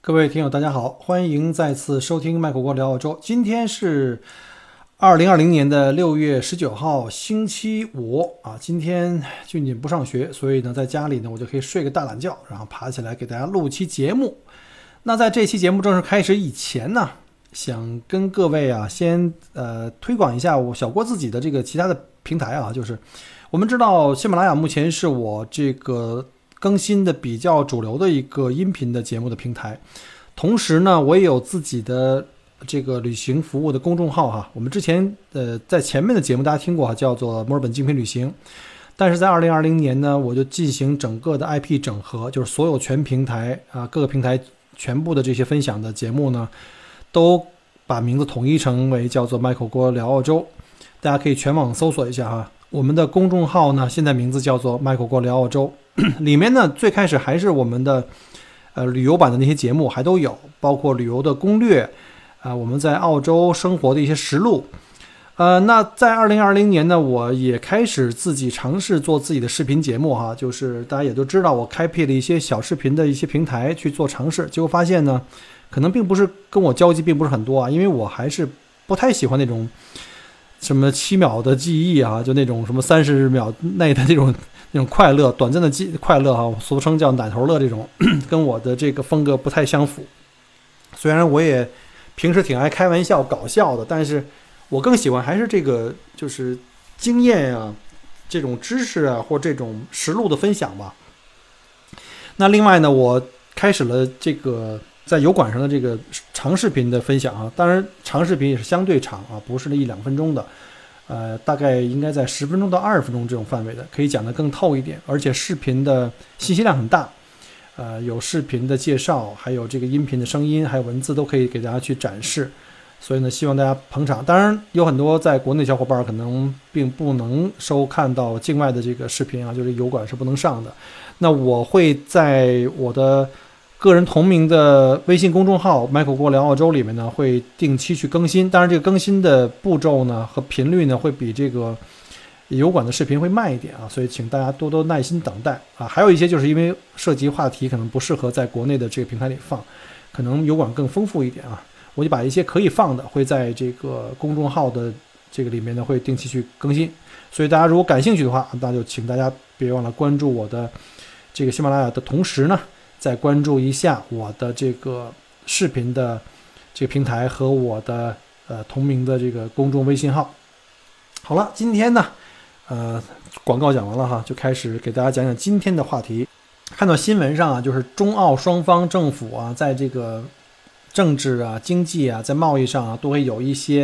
各位听友大家好，欢迎再次收听麦克锅聊澳洲。今天是2020年的6月19号星期五啊。今天俊俊不上学，所以呢在家里呢我就可以睡个大懒觉，然后爬起来给大家录期节目。那在这期节目正式开始以前呢，想跟各位先推广一下我小郭自己的这个其他的平台啊，就是我们知道喜马拉雅目前是我这个更新的比较主流的一个音频的节目的平台，同时呢我也有自己的这个旅行服务的公众号哈。我们之前在前面的节目大家听过叫做墨尔本精品旅行，但是在2020年呢我就进行整个的 IP 整合，就是所有全平台各个平台全部的这些分享的节目呢都把名字统一成为叫做麦克锅聊澳洲，大家可以全网搜索一下哈。我们的公众号呢现在名字叫做麦克锅聊澳洲，里面呢最开始还是我们的旅游版的那些节目还都有，包括旅游的攻略我们在澳洲生活的一些实录。那在2020年呢我也开始自己尝试做自己的视频节目哈，就是大家也都知道我开辟了一些小视频的一些平台去做尝试，结果发现呢可能并不是跟我交集并不是很多因为我还是不太喜欢那种什么7秒的记忆就那种什么30秒内的那种快乐，短暂的快乐俗称叫奶头乐，这种跟我的这个风格不太相符。虽然我也平时挺爱开玩笑搞笑的，但是我更喜欢还是这个就是经验这种知识或这种实录的分享吧。那另外呢我开始了这个在油管上的这个长视频的分享当然长视频也是相对长不是那1-2分钟的，大概应该在10分钟到20分钟这种范围的，可以讲得更透一点，而且视频的信息量很大，有视频的介绍，还有这个音频的声音，还有文字都可以给大家去展示，所以呢希望大家捧场。当然有很多在国内小伙伴可能并不能收看到境外的这个视频就是油管是不能上的。那我会在我的个人同名的微信公众号麦克锅聊澳洲里面呢会定期去更新，当然这个更新的步骤呢和频率呢会比这个油管的视频会慢一点所以请大家多多耐心等待还有一些就是因为涉及话题可能不适合在国内的这个平台里放，可能油管更丰富一点我就把一些可以放的会在这个公众号的这个里面呢会定期去更新，所以大家如果感兴趣的话，那就请大家别忘了关注我的这个喜马拉雅的同时呢再关注一下我的这个视频的这个平台和我的同名的这个公众微信号。好了，今天呢广告讲完了就开始给大家讲讲今天的话题。看到新闻上就是中澳双方政府在这个政治经济在贸易上都会有一些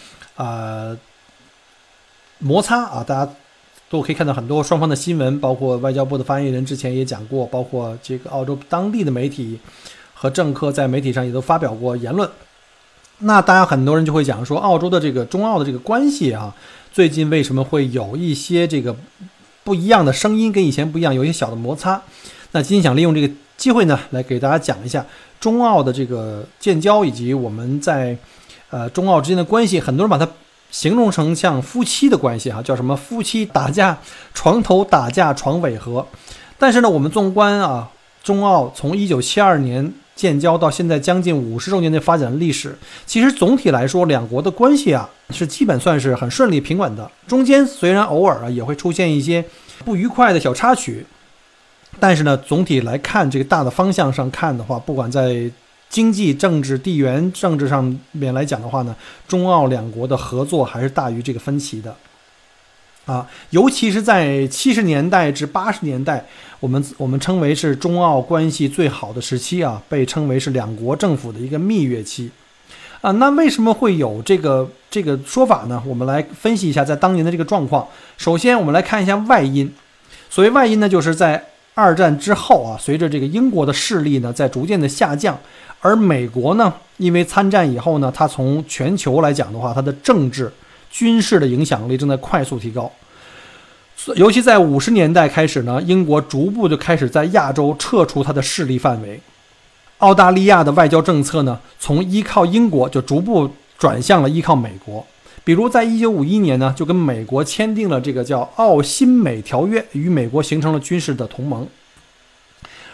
摩擦大家都可以看到很多双方的新闻，包括外交部的发言人之前也讲过，包括这个澳洲当地的媒体和政客在媒体上也都发表过言论。那大家很多人就会讲说澳洲的这个中澳的这个关系最近为什么会有一些这个不一样的声音，跟以前不一样，有一些小的摩擦。那今天想利用这个机会呢来给大家讲一下中澳的这个建交，以及我们在中澳之间的关系。很多人把它形容成像夫妻的关系叫什么夫妻打架床头打架床尾和。但是呢我们纵观中澳从1972年建交到现在将近50周年的发展历史，其实总体来说两国的关系是基本算是很顺利平稳的，中间虽然偶尔也会出现一些不愉快的小插曲，但是呢总体来看这个大的方向上看的话，不管在经济、政治、地缘政治上面来讲的话呢，中澳两国的合作还是大于这个分歧的尤其是在70年代至80年代，我们称为是中澳关系最好的时期被称为是两国政府的一个蜜月期那为什么会有这个说法呢？我们来分析一下在当年的这个状况。首先我们来看一下外因。所谓外因呢，就是在二战之后随着这个英国的势力呢在逐渐的下降，而美国呢因为参战以后呢，它从全球来讲的话，它的政治军事的影响力正在快速提高。尤其在50年代开始呢，英国逐步就开始在亚洲撤出它的势力范围。澳大利亚的外交政策呢从依靠英国就逐步转向了依靠美国。比如在1951年呢就跟美国签订了这个叫澳新美条约，与美国形成了军事的同盟。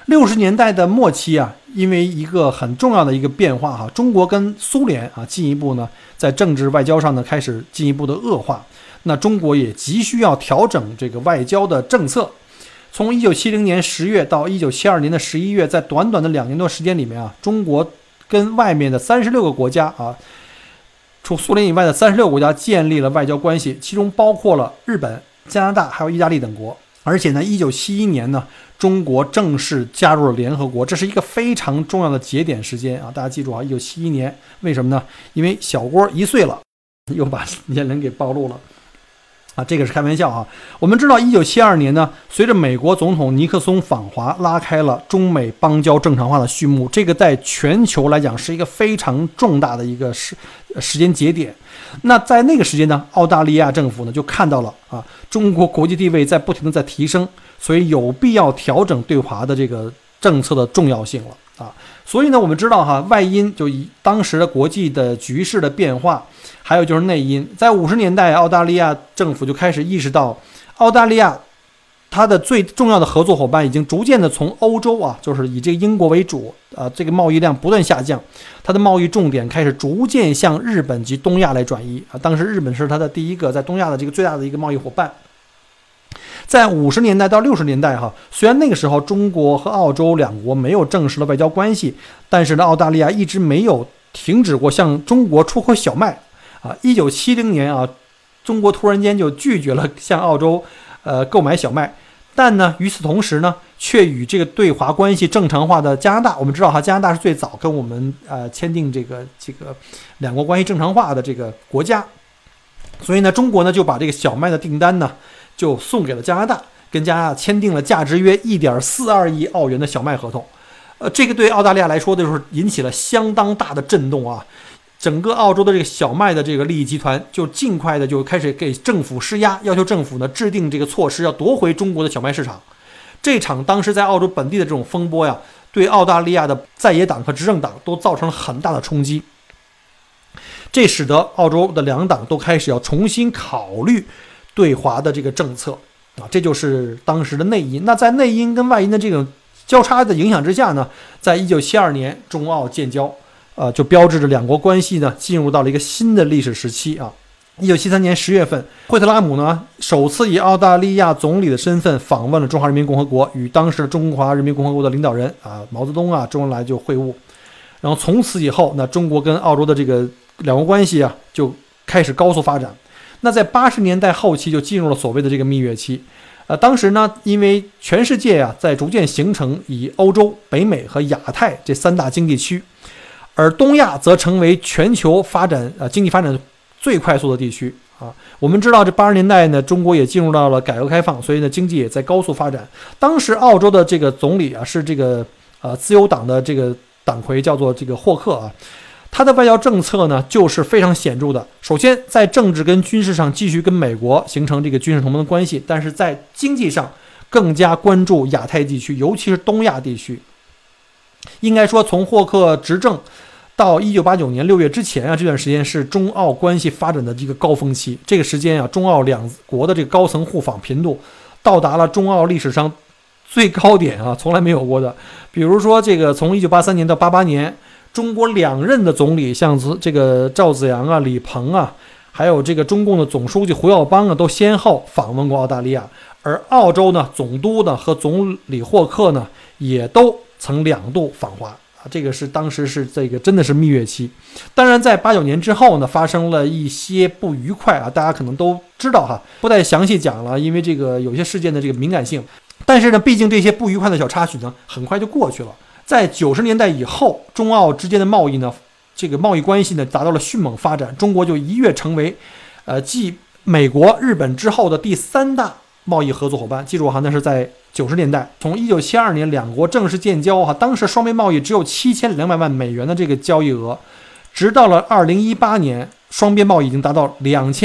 60年代的末期啊，因为一个很重要的一个变化哈，中国跟苏联啊进一步呢在政治外交上呢开始进一步的恶化，那中国也急需要调整这个外交的政策。从1970年10月到1972年的11月，在短短的2年多时间里面啊，中国跟外面的36个国家啊，除苏联以外的36个国家建立了外交关系，其中包括了日本、加拿大还有意大利等国。而且呢，1971年呢，中国正式加入了联合国，这是一个非常重要的节点时间啊！大家记住啊，1971年，为什么呢？因为小郭1岁了，又把年龄给暴露了。啊，这个是开玩笑哈。我们知道，1972年呢，随着美国总统尼克松访华，拉开了中美邦交正常化的序幕。这个在全球来讲是一个非常重大的一个时间节点。那在那个时间呢，澳大利亚政府呢就看到了啊，中国国际地位在不停的在提升，所以有必要调整对华的这个政策的重要性了啊。所以呢，我们知道哈，外因就以当时的国际的局势的变化，还有就是内因。在50年代，澳大利亚政府就开始意识到，澳大利亚它的最重要的合作伙伴已经逐渐的从欧洲啊，就是以这个英国为主这个贸易量不断下降，它的贸易重点开始逐渐向日本及东亚来转移啊。当时日本是它的第一个在东亚的这个最大的一个贸易伙伴。在50年代到60年代虽然那个时候中国和澳洲两国没有正式的外交关系，但是呢，澳大利亚一直没有停止过向中国出口小麦啊。1970年啊，中国突然间就拒绝了向澳洲购买小麦，但呢，与此同时呢，却与这个对华关系正常化的加拿大，我们知道加拿大是最早跟我们签订这个两国关系正常化的这个国家，所以呢，中国呢就把这个小麦的订单呢就送给了加拿大，跟加拿大签订了价值约1.42亿澳元的小麦合同。这个对澳大利亚来说就是引起了相当大的震动啊！整个澳洲的这个小麦的这个利益集团就尽快的就开始给政府施压，要求政府呢制定这个措施，要夺回中国的小麦市场。这场当时在澳洲本地的这种风波呀，对澳大利亚的在野党和执政党都造成了很大的冲击。这使得澳洲的两党都开始要重新考虑对华的这个政策啊，这就是当时的内因。那在内因跟外因的这种交叉的影响之下呢，在1972年中澳建交，就标志着两国关系呢进入到了一个新的历史时期啊。1973年10月份，惠特拉姆呢首次以澳大利亚总理的身份访问了中华人民共和国，与当时的中华人民共和国的领导人毛泽东周恩来就会晤。然后从此以后，那中国跟澳洲的这个两国关系就开始高速发展。那在80年代后期就进入了所谓的这个蜜月期，当时呢，因为全世界在逐渐形成以欧洲、北美和亚太这3大经济区，而东亚则成为全球发展经济发展最快速的地区啊。我们知道这80年代呢，中国也进入到了改革开放，所以呢，经济也在高速发展。当时澳洲的这个总理是这个自由党的这个党魁，叫做这个霍克他的外交政策呢，就是非常显著的。首先，在政治跟军事上继续跟美国形成这个军事同盟的关系，但是在经济上更加关注亚太地区，尤其是东亚地区。应该说，从霍克执政到1989年6月之前这段时间是中澳关系发展的这个高峰期。这个时间中澳两国的这个高层互访频度到达了中澳历史上最高点从来没有过的。比如说，这个从1983年到88年。中国2任的总理，像这个赵紫阳李鹏还有这个中共的总书记胡耀邦都先后访问过澳大利亚，而澳洲呢总督呢和总理霍克呢也都曾2度访华这个是当时是这个真的是蜜月期。当然，在89年之后呢，发生了一些不愉快大家可能都知道不再详细讲了，因为这个有些事件的这个敏感性。但是呢，毕竟这些不愉快的小插曲呢，很快就过去了。在90年代以后，中澳之间的贸易呢，这个贸易关系呢达到了迅猛发展，中国就一跃成为继美国、日本之后的第3大贸易合作伙伴。记住那是在90年代。从1972年两国正式建交当时双边贸易只有7200万美元的这个交易额，直到了2018年，双边贸易已经达到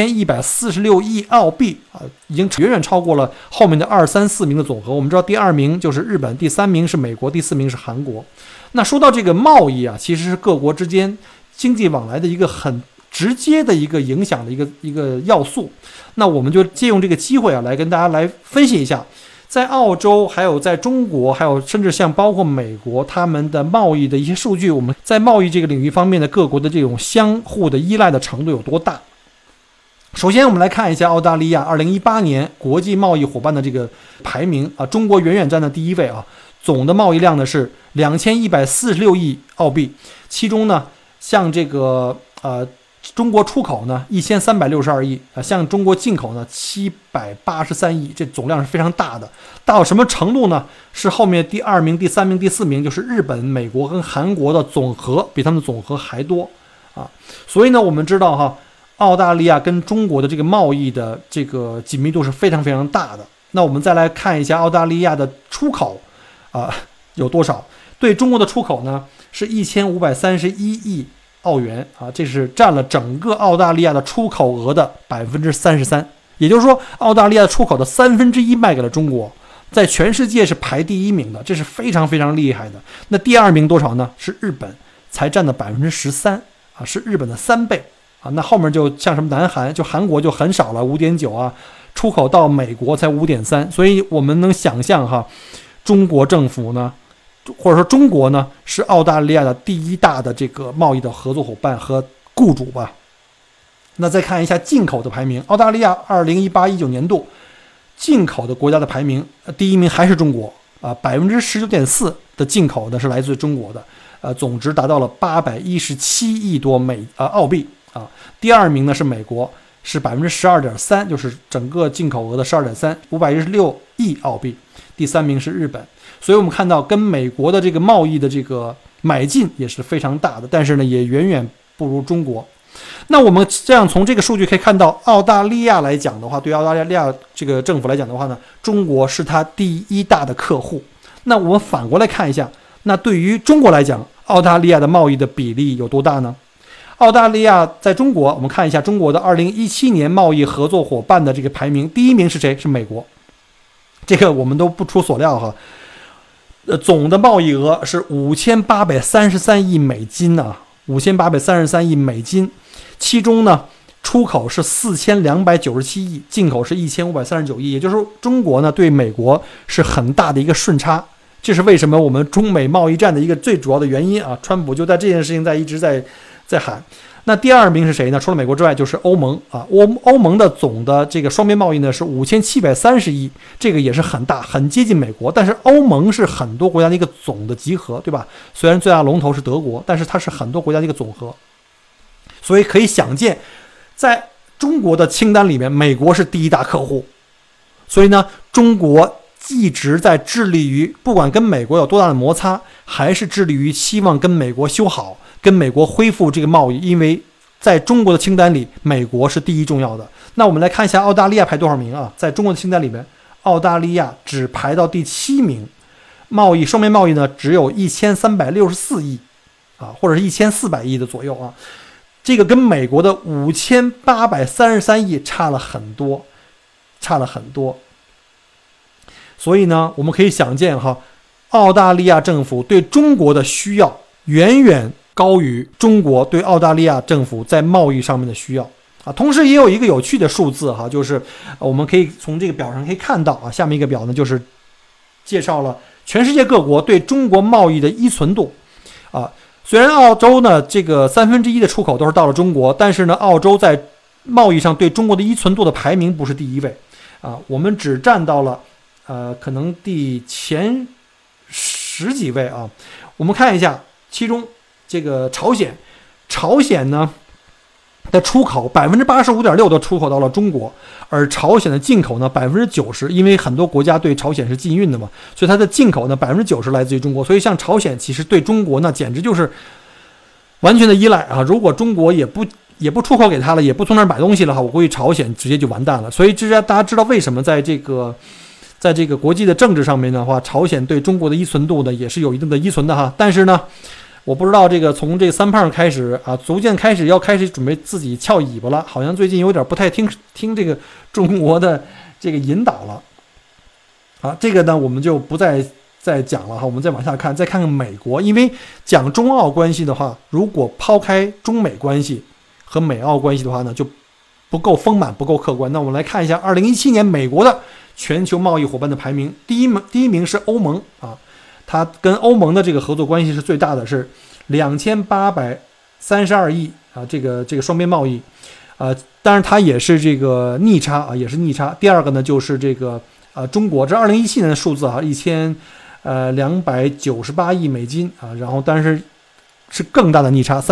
2146亿澳币已经远远超过了后面的2、3、4名的总和。我们知道第2名就是日本，第3名是美国，第4名是韩国。那说到这个贸易其实是各国之间经济往来的一个很直接的一个影响的一个要素。那我们就借用这个机会来跟大家来分析一下， 在澳洲，还有在中国，还有甚至像包括美国，他们的贸易的一些数据，我们在贸易这个领域方面的各国的这种相互的依赖的程度有多大。首先我们来看一下澳大利亚2018年国际贸易伙伴的这个排名啊，中国远远占的第一位啊，总的贸易量呢是2146亿澳币，其中呢像这个中国出口呢1362亿啊，向中国进口呢783亿，这总量是非常大的。到什么程度呢？是后面第2名、第3名、第4名就是日本、美国跟韩国的总和比他们的总和还多啊。所以呢，我们知道哈，澳大利亚跟中国的这个贸易的这个紧密度是非常非常大的。那我们再来看一下澳大利亚的出口有多少？对中国的出口呢是1531亿澳元啊，这是占了整个澳大利亚的出口额的33%，也就是说，澳大利亚出口的1/3卖给了中国，在全世界是排第1名的，这是非常非常厉害的。那第2名多少呢？是日本，才占的13%啊，是日本的3倍啊。那后面就像什么南韩，就韩国就很少了，5.9啊，出口到美国才5.3，所以我们能想象哈，中国政府呢，或者说中国呢，是澳大利亚的第1大的这个贸易的合作伙伴和雇主吧。那再看一下进口的排名，澳大利亚2018-19年度进口的国家的排名，第1名还是中国啊，19.4%的进口呢是来自中国的，总值达到了817亿多澳币啊。第2名呢是美国，是12.3%，就是整个进口额的12.3%，516亿澳币。第3名是日本。所以我们看到跟美国的这个贸易的这个买进也是非常大的，但是呢也远远不如中国。那我们这样从这个数据可以看到，澳大利亚来讲的话，对澳大利亚这个政府来讲的话呢，中国是它第1大的客户。那我们反过来看一下，那对于中国来讲，澳大利亚的贸易的比例有多大呢？澳大利亚在中国，我们看一下中国的2017年贸易合作伙伴的这个排名，第1名是谁？是美国。这个我们都不出所料哈。总的贸易额是5833亿美金啊，5833亿美金，其中呢，出口是4297亿，进口是1539亿，也就是说，中国呢对美国是很大的一个顺差，这是为什么我们中美贸易战的一个最主要的原因啊。川普就在这件事情一直在喊。那第2名是谁呢？除了美国之外，就是欧盟啊。欧盟的总的这个双边贸易呢是5730亿，这个也是很大，很接近美国。但是欧盟是很多国家的一个总的集合，对吧？虽然最大龙头是德国，但是它是很多国家的一个总和。所以可以想见，在中国的清单里面，美国是第1大客户。所以呢，中国一直在致力于，不管跟美国有多大的摩擦，还是致力于希望跟美国修好，跟美国恢复这个贸易，因为在中国的清单里，美国是第1重要的。那我们来看一下澳大利亚排多少名啊？在中国的清单里面，澳大利亚只排到第7名，双边贸易呢只有1364亿啊，或者是1400亿的左右啊。这个跟美国的5833亿差了很多。所以呢，我们可以想见哈，澳大利亚政府对中国的需要远远高于中国对澳大利亚政府在贸易上面的需要啊。同时也有一个有趣的数字哈，就是我们可以从这个表上可以看到啊，下面一个表呢就是介绍了全世界各国对中国贸易的依存度啊。虽然澳洲呢这个1/3的出口都是到了中国，但是呢，澳洲在贸易上对中国的依存度的排名不是第1位啊，我们只占到了可能第前10几位啊。我们看一下，其中这个朝鲜呢的出口85.6%都出口到了中国，而朝鲜的进口呢90%，因为很多国家对朝鲜是禁运的嘛，所以它的进口呢90%来自于中国。所以像朝鲜其实对中国呢简直就是完全的依赖啊。如果中国也不出口给他了，也不从那儿买东西了哈，我估计朝鲜直接就完蛋了。所以大家知道为什么在这个国际的政治上面的话，朝鲜对中国的依存度呢也是有一定的依存的哈。但是呢，我不知道这个从这个三胖开始啊，逐渐开始准备自己翘尾巴了，好像最近有点不太听这个中国的这个引导了啊。这个呢我们就不再讲了哈，我们再往下看，再看看美国。因为讲中澳关系的话，如果抛开中美关系和美澳关系的话呢，就不够丰满，不够客观。那我们来看一下2017年美国的全球贸易伙伴的排名，第一名是欧盟啊，它跟欧盟的这个合作关系是最大的，是2832亿啊，这个双边贸易，当然它也是这个逆差啊，也是逆差。第二个呢就是这个中国，这2017年的数字啊，298亿美金啊，然后但是更大的逆差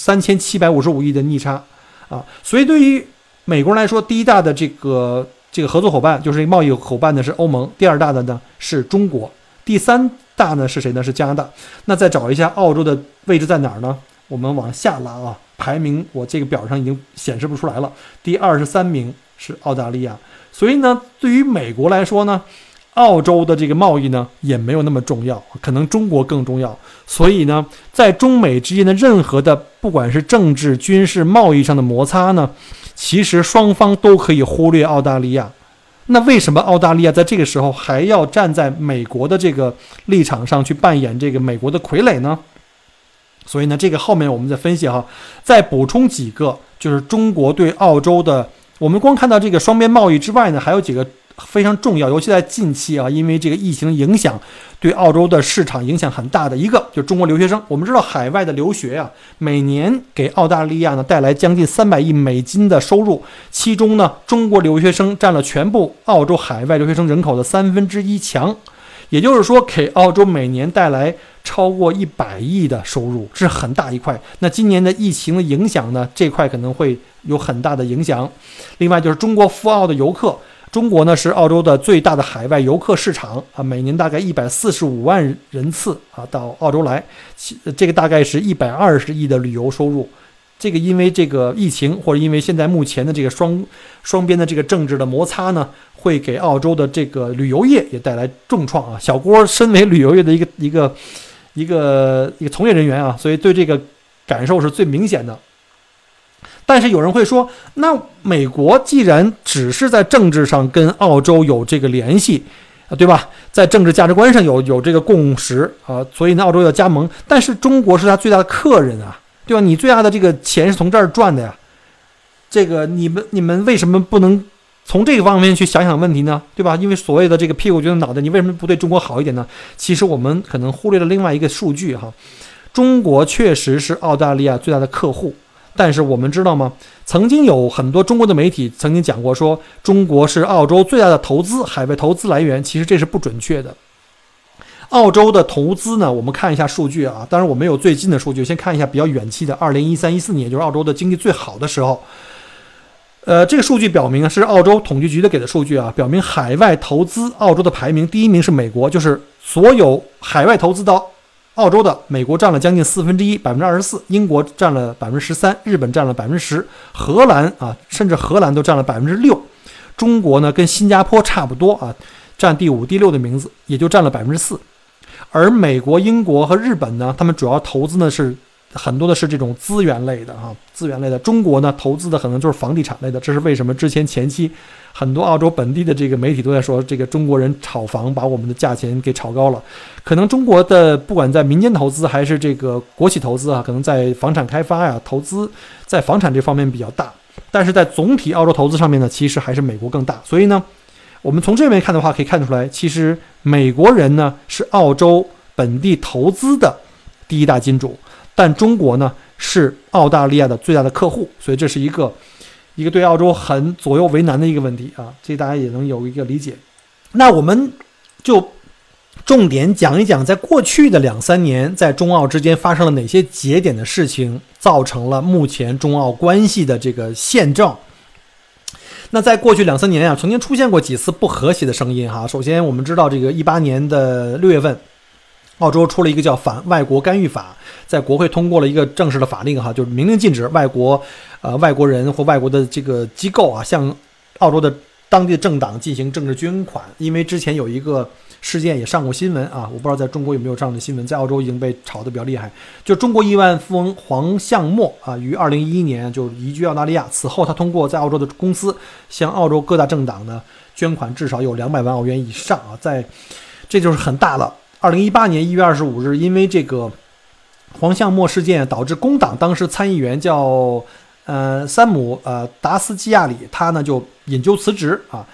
，3755亿的逆差啊，所以对于美国人来说，第一大的这个合作伙伴就是贸易伙伴呢是欧盟，第二大的呢是中国，第三大呢是谁呢？是加拿大。那再找一下澳洲的位置在哪儿呢？我们往下拉啊，排名我这个表上已经显示不出来了。第23名是澳大利亚。所以呢，对于美国来说呢，澳洲的这个贸易呢也没有那么重要，可能中国更重要。所以呢，在中美之间的任何的不管是政治、军事、贸易上的摩擦呢，其实双方都可以忽略澳大利亚。那为什么澳大利亚在这个时候还要站在美国的这个立场上去扮演这个美国的傀儡呢？所以呢，这个后面我们再分析哈，再补充几个，就是中国对澳洲的，我们光看到这个双边贸易之外呢，还有几个非常重要，尤其在近期啊，因为这个疫情影响，对澳洲的市场影响很大的一个，就是中国留学生。我们知道海外的留学啊，每年给澳大利亚呢带来将近300亿美金的收入，其中呢，中国留学生占了全部澳洲海外留学生人口的1/3强。也就是说，给澳洲每年带来超过100亿的收入，这是很大一块。那今年的疫情的影响呢，这块可能会有很大的影响。另外就是中国赴澳的游客，中国呢是澳洲的最大的海外游客市场啊，每年大概145万人次啊到澳洲来，这个大概是120亿的旅游收入。这个因为这个疫情，或者因为现在目前的这个双边的这个政治的摩擦呢，会给澳洲的这个旅游业也带来重创啊。小郭身为旅游业的一个从业人员啊，所以对这个感受是最明显的。但是有人会说，那美国既然只是在政治上跟澳洲有这个联系，对吧？在政治价值观上有这个共识啊，所以呢，澳洲要加盟。但是中国是他最大的客人啊。对吧？你最大的这个钱是从这儿赚的呀，这个你们为什么不能从这个方面去想想问题呢？对吧？因为所谓的这个屁股决定脑袋，你为什么不对中国好一点呢？其实我们可能忽略了另外一个数据哈，中国确实是澳大利亚最大的客户，但是我们知道吗？曾经有很多中国的媒体曾经讲过说，中国是澳洲最大的投资海外投资来源，其实这是不准确的。澳洲的投资呢，我们看一下数据啊，当然我没有最近的数据，先看一下比较远期的2013-14年，就是澳洲的经济最好的时候。这个数据表明是澳洲统计局的给的数据啊，表明海外投资澳洲的排名，第一名是美国，就是所有海外投资到澳洲的，美国占了将近1/4，24%，英国占了13%，日本占了10%，荷兰啊，甚至荷兰都占了6%，中国呢跟新加坡差不多啊，占第5、第6的名字，也就占了4%。而美国、英国和日本呢，他们主要投资呢是很多的是这种资源类的啊，资源类的。中国呢投资的可能就是房地产类的，这是为什么之前前期很多澳洲本地的这个媒体都在说，这个中国人炒房把我们的价钱给炒高了。可能中国的不管在民间投资还是这个国企投资啊，可能在房产开发呀、投资在房产这方面比较大，但是在总体澳洲投资上面呢，其实还是美国更大。所以呢，我们从这边看的话，可以看出来，其实美国人呢是澳洲本地投资的第一大金主，但中国呢是澳大利亚的最大的客户，所以这是一个对澳洲很左右为难的一个问题啊，这大家也能有一个理解。那我们就重点讲一讲，在过去的2-3年，在中澳之间发生了哪些节点的事情，造成了目前中澳关系的这个现状。那在过去2-3年啊，曾经出现过几次不和谐的声音哈。首先，我们知道这个18年的6月份，澳洲出了一个叫反外国干预法，在国会通过了一个正式的法令哈，就是明令禁止外国人或外国的这个机构啊，向澳洲的当地的政党进行政治捐款。因为之前有一个事件也上过新闻啊，我不知道在中国有没有这样的新闻，在澳洲已经被炒得比较厉害。就中国亿万富翁黄向墨啊，于2011年就移居澳大利亚，此后他通过在澳洲的公司向澳洲各大政党呢捐款至少有200万澳元以上啊，这就是很大了。2018年1月25日，因为这个黄向墨事件，导致工党当时参议员叫山姆达斯基亚里，他呢就引咎辞职啊。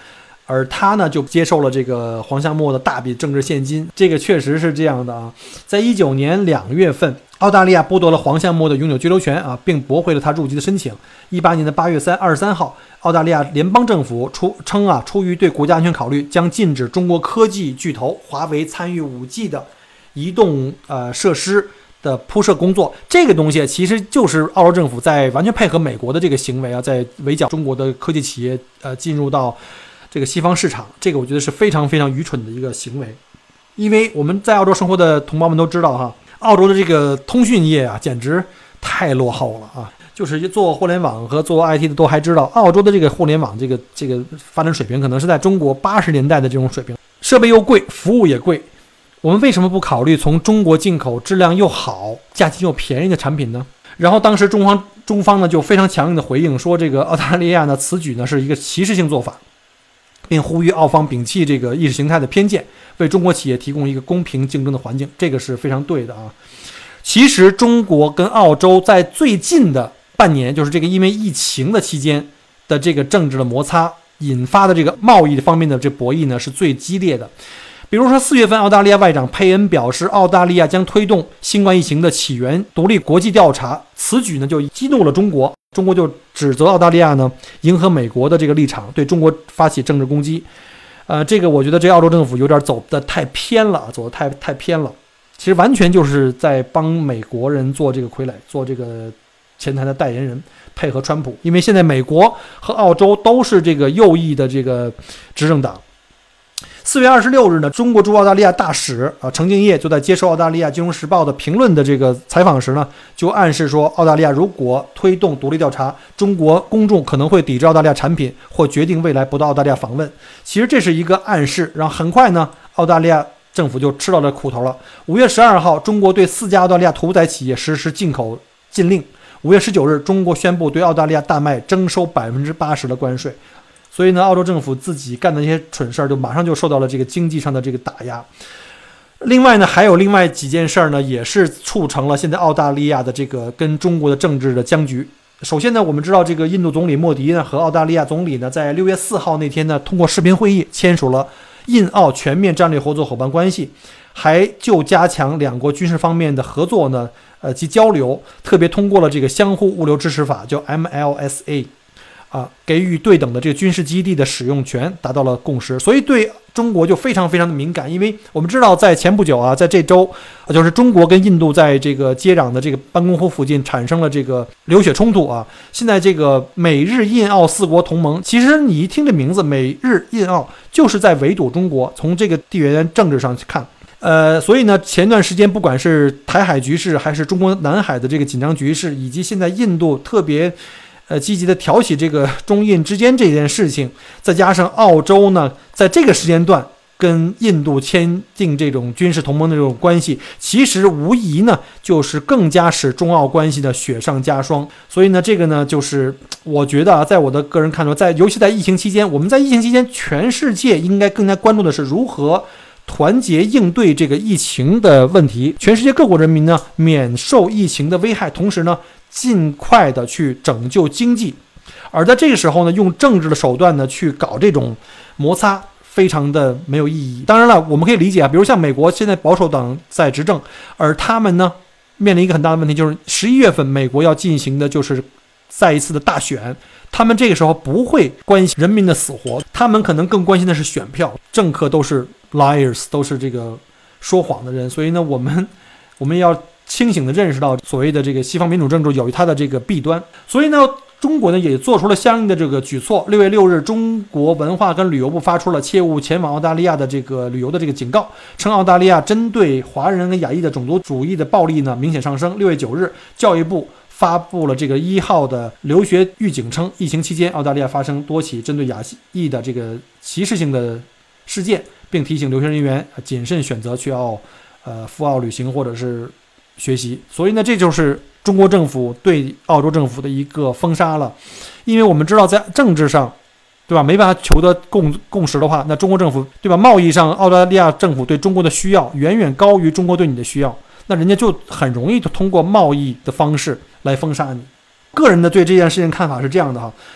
而他呢就接受了这个黄夏谟的大笔政治现金。这个确实是这样的啊。在19年2月份，澳大利亚剥夺了黄夏谟的永久居留权啊，并驳回了他入籍的申请。18年的8月23号，澳大利亚联邦政府称出于对国家安全考虑，将禁止中国科技巨头华为参与 5G 的移动设施的铺设工作。这个东西其实就是澳洲政府在完全配合美国的这个行为啊，在围剿中国的科技企业进入到这个西方市场。这个我觉得是非常非常愚蠢的一个行为。因为我们在澳洲生活的同胞们都知道哈，澳洲的这个通讯业啊简直太落后了啊。就是做互联网和做 IT 的都还知道，澳洲的这个互联网这个发展水平可能是在中国80年代的这种水平，设备又贵，服务也贵。我们为什么不考虑从中国进口质量又好、价钱又便宜的产品呢？然后当时中方呢就非常强硬的回应说，这个澳大利亚呢此举呢是一个歧视性做法，并呼吁澳方摒弃这个意识形态的偏见，为中国企业提供一个公平竞争的环境。这个是非常对的啊。其实中国跟澳洲在最近的半年，就是这个因为疫情的期间的这个政治的摩擦引发的这个贸易方面的这博弈呢是最激烈的。比如说4月份，澳大利亚外长佩恩表示，澳大利亚将推动新冠疫情的起源独立国际调查。此举呢就激怒了中国，中国就指责澳大利亚呢迎合美国的这个立场，对中国发起政治攻击。这个我觉得这澳洲政府有点走得太偏了，走得太偏了。其实完全就是在帮美国人做这个傀儡，做这个前台的代言人，配合川普。因为现在美国和澳洲都是这个右翼的这个执政党。4月26日呢，中国驻澳大利亚大使程敬业就在接受澳大利亚金融时报的评论的这个采访时呢，就暗示说，澳大利亚如果推动独立调查，中国公众可能会抵制澳大利亚产品，或决定未来不到澳大利亚访问。其实这是一个暗示。然后很快呢，澳大利亚政府就吃到这苦头了。5月12号，中国对4家澳大利亚屠宰企业实施进口禁令。5月19日，中国宣布对澳大利亚大麦征收80%的关税。所以呢，澳洲政府自己干的那些蠢事儿，就马上就受到了这个经济上的这个打压。另外呢，还有另外几件事儿呢，也是促成了现在澳大利亚的这个跟中国的政治的僵局。首先呢，我们知道这个印度总理莫迪呢和澳大利亚总理呢，在6月4号那天呢，通过视频会议签署了印澳全面战略合作伙伴关系，还就加强两国军事方面的合作呢，及交流，特别通过了这个相互物流支持法，叫 MLSA。给予对等的这个军事基地的使用权，达到了共识。所以对中国就非常非常的敏感。因为我们知道在前不久啊，在这周就是中国跟印度在这个接壤的这个班公湖附近产生了这个流血冲突啊。现在这个美日印澳4国同盟，其实你一听这名字美日印澳，就是在围堵中国。从这个地缘政治上去看，所以呢，前段时间不管是台海局势，还是中国南海的这个紧张局势，以及现在印度特别积极的挑起这个中印之间这件事情，再加上澳洲呢在这个时间段跟印度签订这种军事同盟的这种关系，其实无疑呢就是更加使中澳关系的雪上加霜。所以呢，这个呢就是我觉得在我的个人看来，尤其在疫情期间，我们在疫情期间，全世界应该更加关注的是如何团结应对这个疫情的问题，全世界各国人民呢免受疫情的危害，同时呢尽快的去拯救经济。而在这个时候呢，用政治的手段呢去搞这种摩擦，非常的没有意义。当然了，我们可以理解啊，比如像美国现在保守党在执政，而他们呢面临一个很大的问题，就是11月份美国要进行的就是再一次的大选，他们这个时候不会关心人民的死活，他们可能更关心的是选票。政客都是 liars， 都是这个说谎的人。所以呢，我们要清醒地认识到所谓的这个西方民主政治有它的这个弊端。所以呢，中国呢也做出了相应的这个举措。6月6日，中国文化跟旅游部发出了切勿前往澳大利亚的这个旅游的这个警告，称澳大利亚针对华人跟亚裔的种族主义的暴力呢明显上升。6月9日，教育部发布了这个1号的留学预警，称疫情期间澳大利亚发生多起针对亚裔的这个歧视性的事件，并提醒留学人员谨慎选择去赴澳旅行或者是学习。所以呢，这就是中国政府对澳洲政府的一个封杀了。因为我们知道在政治上，对吧，没办法求得共识的话，那中国政府，对吧，贸易上澳大利亚政府对中国的需要远远高于中国对你的需要，那人家就很容易通过贸易的方式来封杀你。个人的对这件事情看法是这样的哈，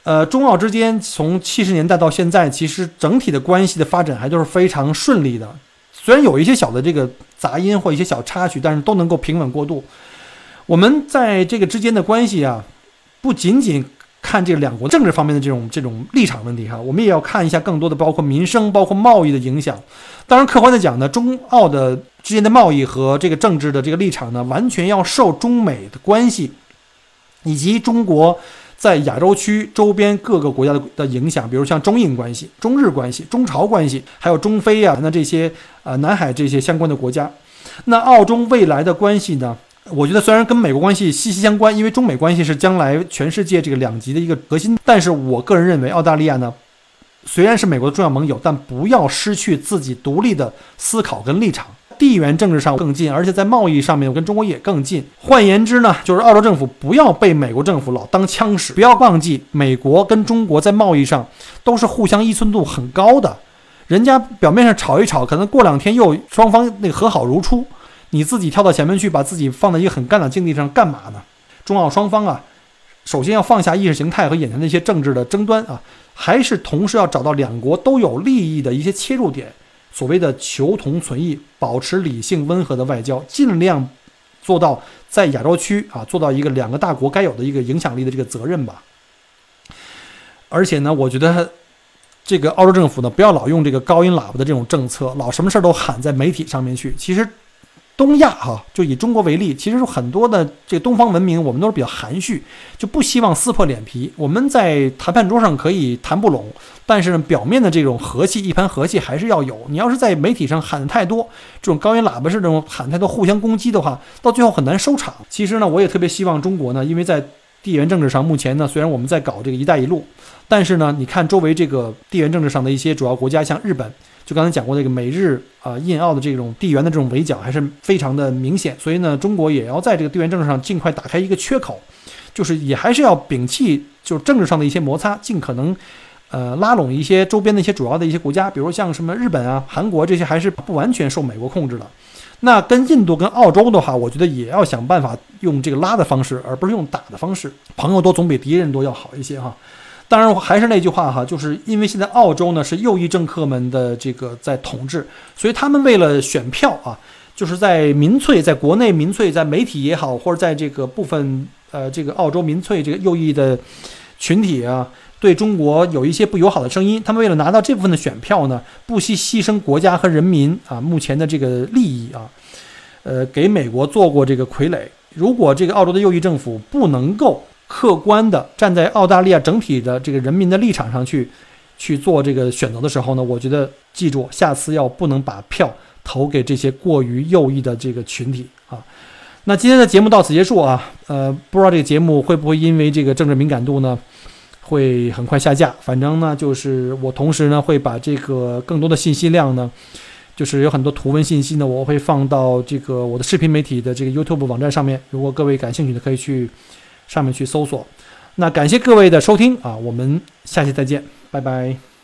中澳之间从70年代到现在，其实整体的关系的发展还都是非常顺利的。虽然有一些小的这个杂音或一些小插曲，但是都能够平稳过渡。我们在这个之间的关系啊，不仅仅看这两国政治方面的这种立场问题哈，我们也要看一下更多的包括民生、包括贸易的影响。当然，客观的讲呢，中澳的之间的贸易和这个政治的这个立场呢，完全要受中美的关系以及中国在亚洲区周边各个国家的影响，比如像中印关系、中日关系、中朝关系，还有中非啊，那这些南海这些相关的国家。那澳中未来的关系呢，我觉得虽然跟美国关系息息相关，因为中美关系是将来全世界这个两极的一个核心，但是我个人认为澳大利亚呢，虽然是美国的重要盟友，但不要失去自己独立的思考跟立场。地缘政治上更近，而且在贸易上面跟中国也更近。换言之呢，就是澳洲政府不要被美国政府老当枪使，不要忘记美国跟中国在贸易上都是互相依存度很高的。人家表面上吵一吵，可能过2天又双方那个和好如初，你自己跳到前面去，把自己放在一个很尴尬境地上干嘛呢？中澳双方啊，首先要放下意识形态和眼前的一些政治的争端啊，还是同时要找到两国都有利益的一些切入点。所谓的求同存异，保持理性温和的外交，尽量做到在亚洲区啊，做到一个两个大国该有的一个影响力的这个责任吧。而且呢，我觉得这个澳洲政府呢，不要老用这个高音喇叭的这种政策，老什么事都喊在媒体上面去。其实东亚就以中国为例，其实有很多的这个东方文明，我们都是比较含蓄，就不希望撕破脸皮。我们在谈判桌上可以谈不拢，但是呢，表面的这种和气，一盘和气还是要有。你要是在媒体上喊的太多，这种高音喇叭式这种喊太多，互相攻击的话，到最后很难收场。其实呢，我也特别希望中国呢，因为在地缘政治上，目前呢，虽然我们在搞这个一带一路，但是呢，你看周围这个地缘政治上的一些主要国家，像日本。就刚才讲过，这个美日印澳的这种地缘的这种围剿还是非常的明显，所以呢，中国也要在这个地缘政治上尽快打开一个缺口，就是也还是要摒弃就是政治上的一些摩擦，尽可能拉拢一些周边的一些主要的一些国家，比如像什么日本啊、韩国这些，还是不完全受美国控制的。那跟印度跟澳洲的话，我觉得也要想办法用这个拉的方式，而不是用打的方式，朋友多总比敌人多要好一些哈。当然还是那句话哈，就是因为现在澳洲呢是右翼政客们的这个在统治，所以他们为了选票啊，就是在民粹，在国内民粹，在媒体也好，或者在这个部分这个澳洲民粹这个右翼的群体啊，对中国有一些不友好的声音，他们为了拿到这部分的选票呢，不惜牺牲国家和人民啊目前的这个利益啊，给美国做过这个傀儡。如果这个澳洲的右翼政府不能够客观的站在澳大利亚整体的这个人民的立场上去做这个选择的时候呢，我觉得记住，下次要不能把票投给这些过于右翼的这个群体啊。那今天的节目到此结束啊，不知道这个节目会不会因为这个政治敏感度呢，会很快下架。反正呢，就是我同时呢会把这个更多的信息量呢，就是有很多图文信息呢，我会放到这个我的视频媒体的这个 YouTube 网站上面，如果各位感兴趣的可以去上面去搜索。那感谢各位的收听啊，我们下期再见，拜拜。